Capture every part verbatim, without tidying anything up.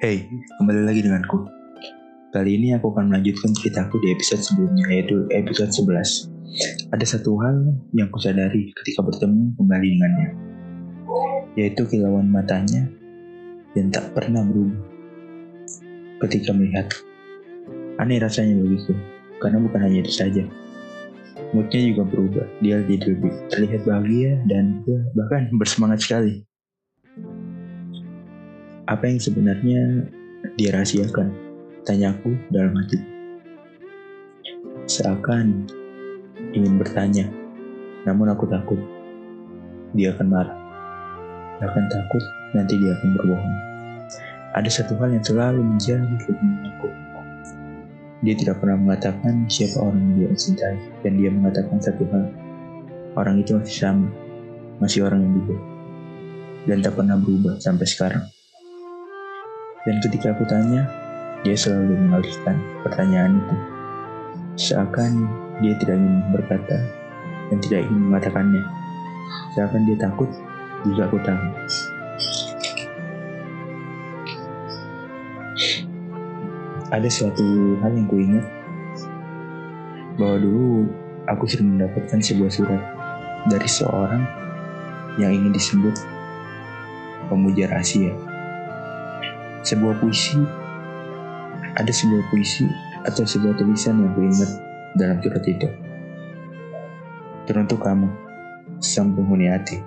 Hey, kembali lagi denganku. Kali ini aku akan melanjutkan ceritaku di episode sebelumnya, yaitu episode sebelas. Ada satu hal yang kusadari ketika bertemu kembali dengannya, yaitu kilauan matanya yang tak pernah berubah ketika melihat. Aneh rasanya begitu, karena bukan hanya itu saja. Moodnya juga berubah, dia jadi lebih terlihat bahagia dan bahkan bersemangat sekali. Apa yang sebenarnya dia rahasiakan? Tanyaku dalam hati. Seakan ingin bertanya, namun aku takut dia akan marah. Bahkan takut nanti dia akan berbohong. Ada satu hal yang selalu menjadi kebingunganku. Dia tidak pernah mengatakan siapa orang yang dia cintai, dan dia mengatakan satu hal. Orang itu masih sama, masih orang yang dulu, dan tak pernah berubah sampai sekarang. Dan ketika aku tanya, dia selalu mengalihkan pertanyaan itu. Seakan dia tidak ingin berkata dan tidak ingin mengatakannya. Seakan dia takut jika aku tahu. Ada suatu hal yang kuingat, bahwa dulu aku sering mendapatkan sebuah surat dari seorang yang ingin disebut pemuja rahasia. Sebuah puisi, ada sebuah puisi atau sebuah tulisan yang kuingat dalam surat itu. Teruntuk kamu, sang penghuni hati.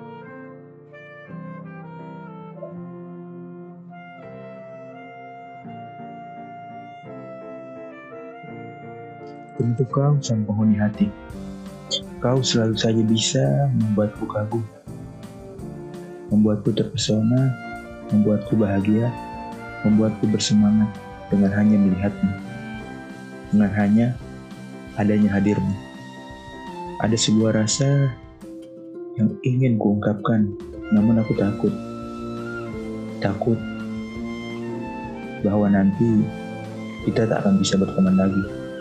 Teruntuk kau, sang penghuni hati. Kau selalu saja bisa membuatku kagum, membuatku terpesona, membuatku bahagia, membuatku bersemangat dengan hanya melihatmu, dengan hanya adanya hadirmu. Ada sebuah rasa yang ingin kuungkapkan, namun aku takut. Takut bahwa nanti kita tak akan bisa berteman lagi.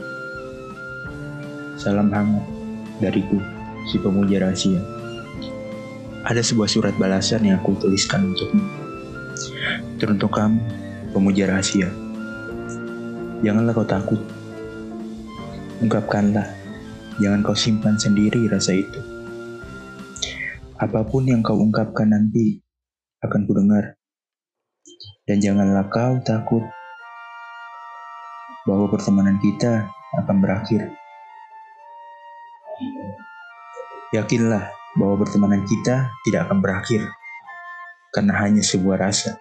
Salam hangat dariku, si pemuja rahasia. Ada sebuah surat balasan yang aku tuliskan untukmu. Teruntuk kamu, pemuja rahasia. Janganlah kau takut. Ungkapkanlah. Jangan kau simpan sendiri rasa itu. Apapun yang kau ungkapkan nanti akan kudengar. Dan janganlah kau takut bahwa pertemanan kita akan berakhir. Yakinlah bahwa pertemanan kita tidak akan berakhir karena hanya sebuah rasa.